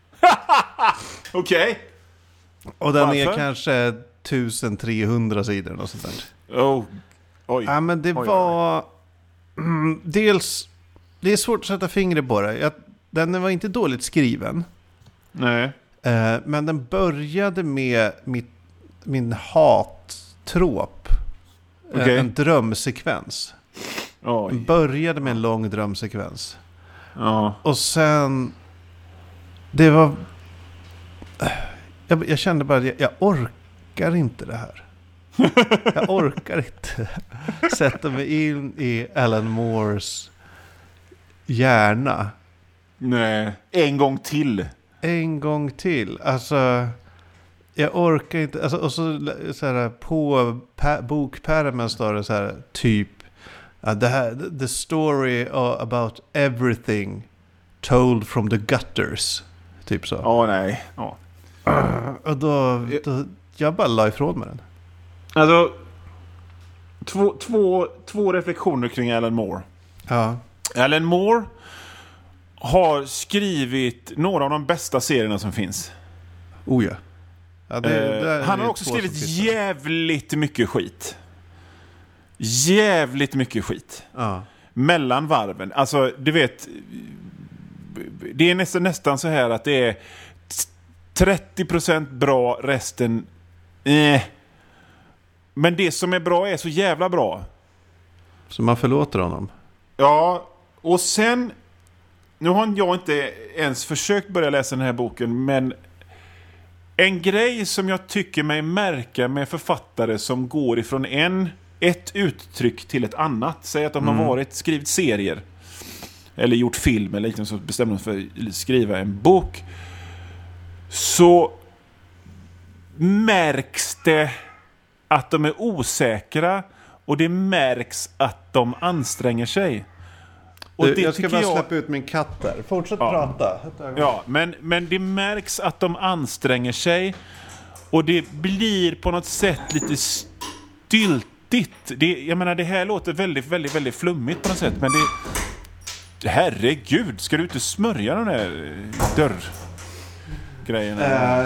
Okej. Och den är kanske 1300 sidor och sånt där. Oj. Ja, men det var... dels... Det är svårt att sätta fingret på det. Den var inte dåligt skriven. Nej. Men den började med min hattrop. Okay. En drömsekvens. Den började med en lång drömsekvens. Och sen... Det var... Jag kände bara att jag orkar inte det här. Jag orkar inte sätta mig in i Alan Moores hjärna. Nej. En gång till. Alltså, jag orkar inte. Alltså, och så här, på bokpärmen står det så här typ det här, the story about everything told from the gutters. Typ så. Nej. Och då jag bara la ifrån mig den. Alltså två reflektioner kring Alan Moore. Ja. Alan Moore har skrivit några av de bästa serierna som finns. Oh ja. Han har också skrivit jävligt mycket skit. Jävligt mycket skit. Ja. mellan varven. Alltså, du vet, det är nästan så här att det är 30% bra, resten men det som är bra är så jävla bra. Så man förlåter honom. Ja, och sen nu har jag inte ens försökt börja läsa den här boken, men en grej som jag tycker mig märka med författare som går ifrån ett uttryck till ett annat. Säg att de har skrivit serier eller gjort film eller liknande, så bestämmer de för att skriva en bok. Så märks det att de är osäkra och det märks att de anstränger sig. Och det jag ska bara släppa ut min katt där. Fortsätt prata. Ja, men det märks att de anstränger sig och det blir på något sätt lite styltigt. Jag menar, det här låter väldigt, väldigt, väldigt flummigt på något sätt, men herregud, ska du inte smörja den där dörrgrejerna?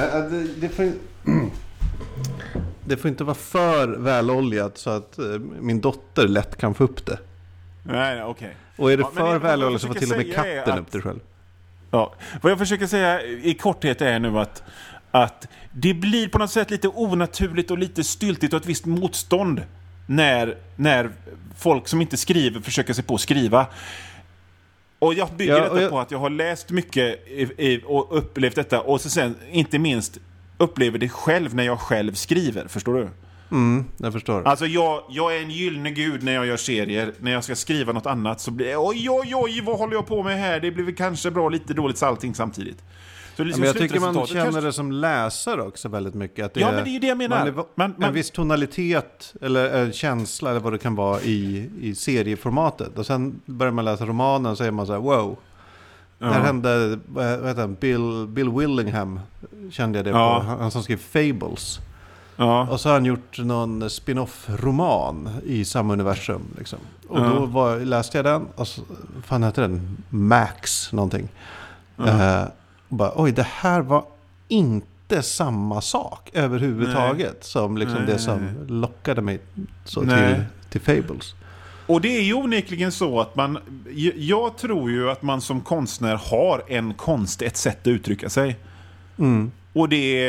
Det får inte vara för väloljat så att min dotter lätt kan få upp det. Nej, okej. Och är det för väloljat så får till och med katten upp det själv. Ja, vad jag försöker säga i korthet är nu att det blir på något sätt lite onaturligt och lite styltigt och ett visst motstånd när folk som inte skriver försöker sig på att skriva. Och jag bygger detta på att jag har läst mycket och upplevt detta, och så sen inte minst upplever det själv när jag själv skriver, förstår du? Jag förstår. Alltså jag är en gyllene gud när jag gör serier. När jag ska skriva något annat så blir det oj, vad håller jag på med här? Det blir kanske bra, lite dåligt allting samtidigt. Så liksom, men jag tycker man känner det som läsare också väldigt mycket. Att det men det är ju det jag menar. En viss tonalitet eller känsla eller vad det kan vara i serieformatet. Och sen börjar man läsa romanen och så är man så här, wow. Där hände, vad heter han? Bill Willingham kände jag det på. Han som skrev Fables. Ja. Och så har han gjort någon spin-off-roman i samma universum. Liksom. Och då läste jag den. Och så, fan heter den? Max någonting. Och bara, oj, det här var inte samma sak överhuvudtaget. Som liksom det som lockade mig så till Fables. Och det är ju onekligen så att jag tror ju att man som konstnär har ett sätt att uttrycka sig. Och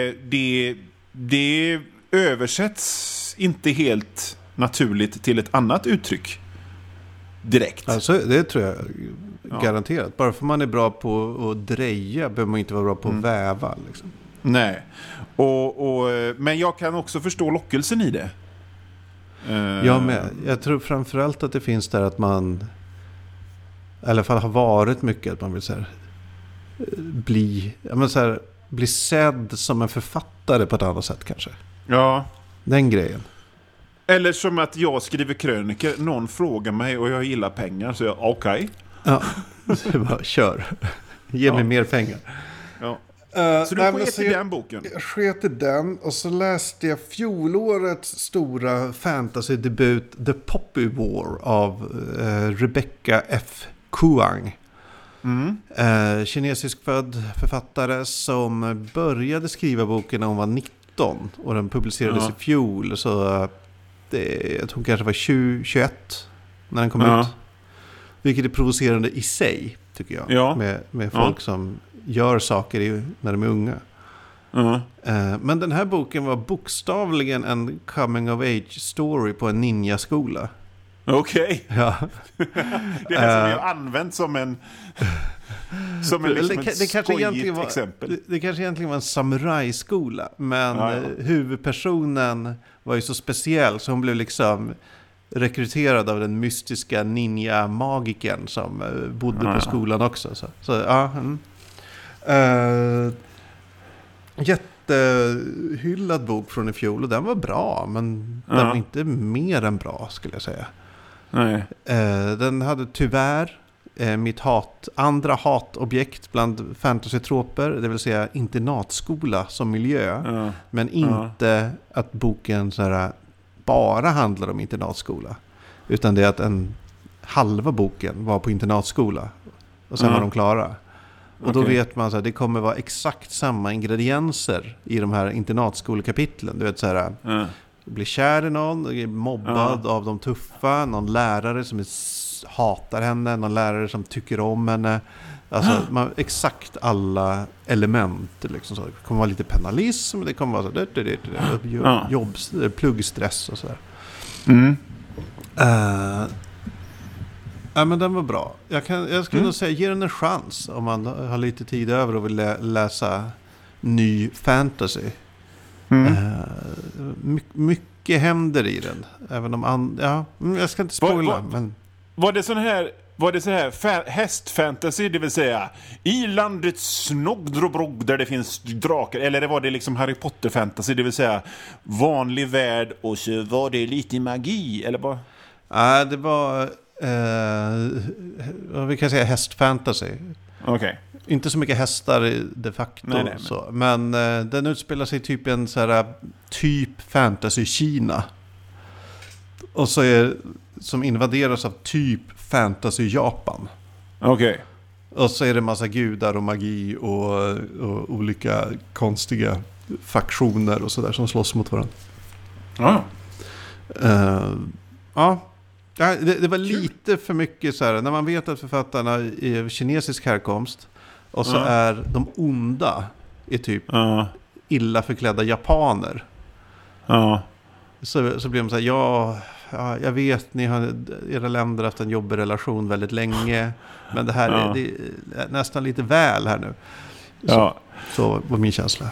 det översätts inte helt naturligt till ett annat uttryck direkt. Alltså, det tror jag garanterat. Bara för man är bra på att dreja behöver man inte vara bra på att väva. Liksom. Nej. Men jag kan också förstå lockelsen i det. Jag tror framförallt att det finns där att man i alla fall har varit mycket att man vill så här, bli sedd som en författare på ett annat sätt kanske. Ja. Den grejen. Eller som att jag skriver kröniker, någon frågar mig och jag gillar pengar, så jag okej. Ja, så bara kör. Ge mig mer pengar. Ja. Så du sket i den boken? Jag sket i den och så läste jag fjolårets stora fantasy-debut The Poppy War av Rebecca F. Kuang. Kinesisk född författare som började skriva boken när hon var 19 och den publicerades i fjol, så jag tror kanske var 21 när den kom ut. Vilket är provocerande i sig, tycker jag, med folk som gör saker när de är unga. Men den här boken var bokstavligen en coming of age story på en ninja-skola. Okej. Ja. Det här som är använt som en skojigt exempel. Det kanske egentligen var en samurajskola, men huvudpersonen var ju så speciell så hon blev liksom rekryterad av den mystiska ninja-magiken som bodde på skolan också. Jättehyllad bok från i fjol, och den var bra, men den var inte mer än bra, skulle jag säga. Nej. Den hade tyvärr mitt andra hatobjekt bland fantasytroper, det vill säga internatskola som miljö, men inte att boken så här, bara handlar om internatskola, utan det är att halva boken var på internatskola och sen var de klara. Och då vet man så här, det kommer vara exakt samma ingredienser i de här internatskolekapitlen. Du vet så här, blir kär i någon, är mobbad av de tuffa, någon lärare som är hatar henne, någon lärare som tycker om henne. Alltså exakt alla element liksom så. Det kommer vara lite penalism, det kommer vara så pluggstress och så där. Ja, men den var bra. Jag skulle nog säga ge den en chans om man har lite tid över och vill läsa ny fantasy. Mycket händer i den. Även om jag ska inte spoila. Men var det så här hästfantasy, det vill säga i landet Snogdrobrog där det finns drakar, eller var det liksom Harry Potter fantasy, det vill säga vanlig värld och så var det lite magi, eller bara? Nej, det var vi kan säga hästfantasy. Okej. Inte så mycket hästar de facto. Nej, så. Men den utspelar sig typ en så här typ fantasy-Kina. Och så som invaderas av typ fantasy-Japan. Okej. Och så är det massa gudar och magi och olika konstiga faktioner och sådär som slåss mot varandra. Det var lite för mycket så här, när man vet att författarna är kinesisk härkomst och så är de onda är typ illa förklädda japaner. Så blir de så här, jag vet, ni har era länder haft en jobbig relation väldigt länge, men det här det är nästan lite väl här nu. Så var min känsla.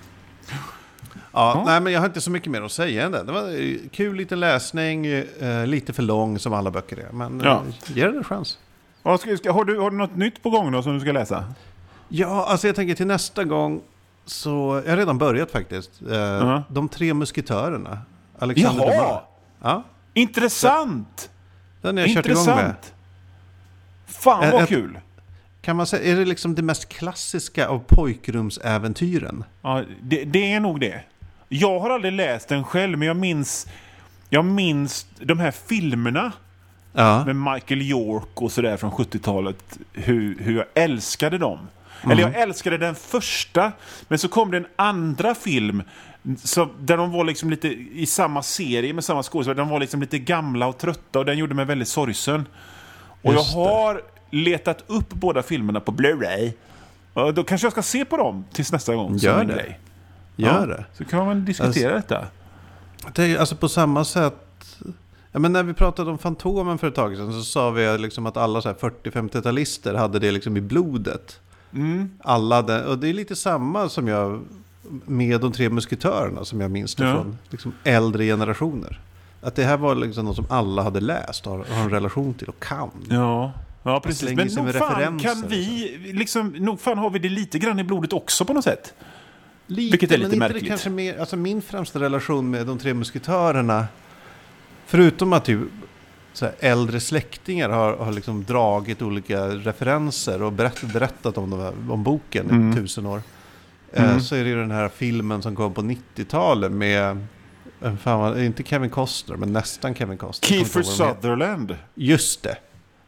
Nej, men jag har inte så mycket mer att säga än det. Det var kul liten läsning, lite för lång som alla böcker är, men ge den en chans. Har du något nytt på gång då som du ska läsa? Ja, alltså jag tänker till nästa gång, så jag har redan börjat faktiskt. De 3 musketörerna. Alexander Dumas. Ja. Intressant! Den har jag kört igång med. Fan vad kul! Kan man säga, är det liksom det mest klassiska av pojkrumsäventyren? Ja, det är nog det. Jag har aldrig läst den själv, men jag minns de här filmerna med Michael York och sådär från 70-talet. Hur jag älskade dem. Eller jag älskade den första, men så kom det en andra film där de var liksom lite i samma serie med samma skådespelare. De var liksom lite gamla och trötta, och den gjorde mig väldigt sorgsen. Och jag har letat upp båda filmerna på Blu-ray. Då kanske jag ska se på dem tills nästa gång. Gör det. Gör det. Så kan man diskutera detta. Det är alltså på samma sätt. Ja, men när vi pratade om Fantomen för ett tag sedan så sa vi liksom att alla så här 40-50-talister hade det liksom i blodet. Alla och det är lite samma som jag med de 3 musketörerna som jag minns det från liksom äldre generationer. Att det här var liksom något som alla hade läst och har en relation till och kan. Ja, precis. Men nog fan kan vi liksom, nog fan har vi det lite grann i blodet också på något sätt. Vilket är lite märkligt. Det kanske mer, alltså min främsta relation med de 3 musketörerna, förutom att typ så här äldre släktingar har liksom dragit olika referenser och berättat om boken i 1000 år. Så är det ju den här filmen som kom på 90-talet med inte Kevin Costner, men nästan Kevin Costner. Kiefer Sutherland. Just det.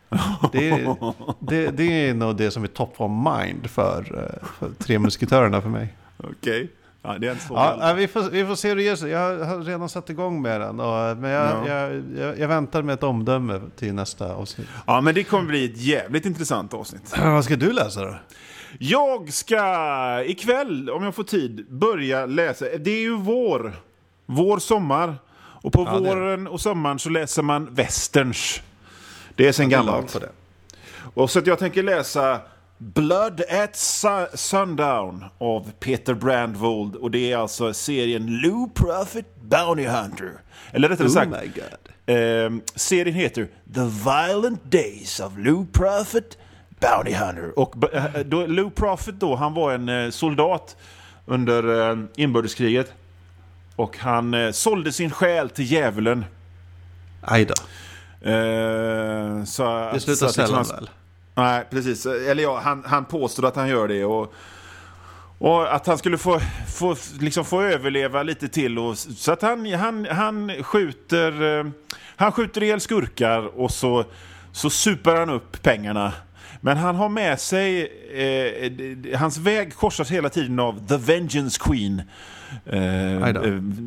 Det är nog det som är top of mind för 3 musketörerna för mig. Okej. Ja, det är inte så vi får se hur det ger sig. Jag har redan satt igång med den. Men jag väntar med ett omdöme till nästa avsnitt. Ja, men det kommer bli ett jävligt intressant avsnitt. Vad ska du läsa då? Jag ska ikväll, om jag får tid, börja läsa. Det är ju vår sommar. Och på våren och sommaren så läser man westerns. Det är sen gammalt. Och så att jag tänker läsa Blood at Sundown av Peter Brandvold. Och det är alltså serien Lou Prophet Bounty Hunter. Eller rättare sagt, serien heter The Violent Days of Lou Prophet Bounty Hunter. Och Lou Prophet då, han var en soldat under inbördeskriget. Och han sålde sin själ till djävulen. Aj då. Det slutar sällan väl? Nej, precis. Eller han påstod att han gör det. Och att han skulle få överleva lite till. Så att han skjuter ihjäl skurkar och så super han upp pengarna. Men han har med sig hans väg korsas hela tiden av The Vengeance Queen.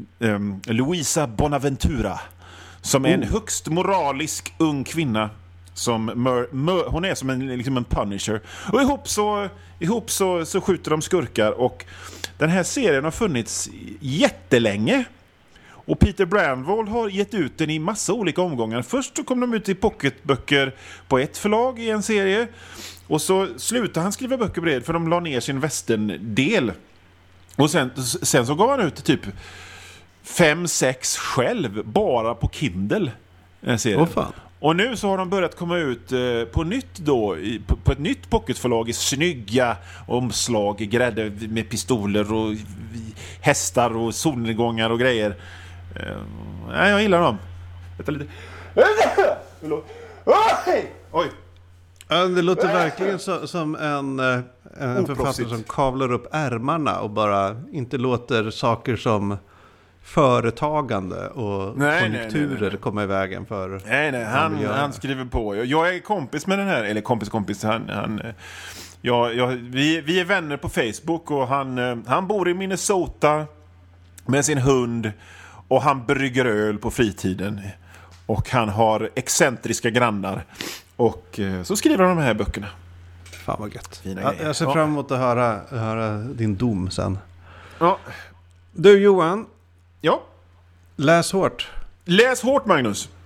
Luisa Bonaventura, som är en högst moralisk ung kvinna som hon är som en Punisher. Och ihop så skjuter de skurkar. Och den här serien har funnits jättelänge. Och Peter Brandvold har gett ut den i massa olika omgångar. Först så kom de ut i pocketböcker på ett förlag i en serie. Och så slutade han skriva böcker bred för de la ner sin västern-del. Och sen så gav han ut typ 5-6 själv bara på Kindle. Fan. Och nu så har de börjat komma ut på nytt då på ett nytt pocketförlag i snygga omslag, grädde med pistoler och hästar och solnedgångar och grejer. Jag gillar dem. Vänta lite. Oj. Det låter verkligen som en författare som kavlar upp ärmarna och bara inte låter saker som företagande och konjunkturer komma i vägen för. Nej, han skriver på. Jag är kompis med den här, eller kompis. Vi är vänner på Facebook och han bor i Minnesota med sin hund och han brygger öl på fritiden och han har excentriska grannar och så skriver han de här böckerna. Fan vad gött. Jag ser fram emot att höra din dom sen. Ja. Du Johan. Ja. Läs hårt. Läs hårt, Magnus.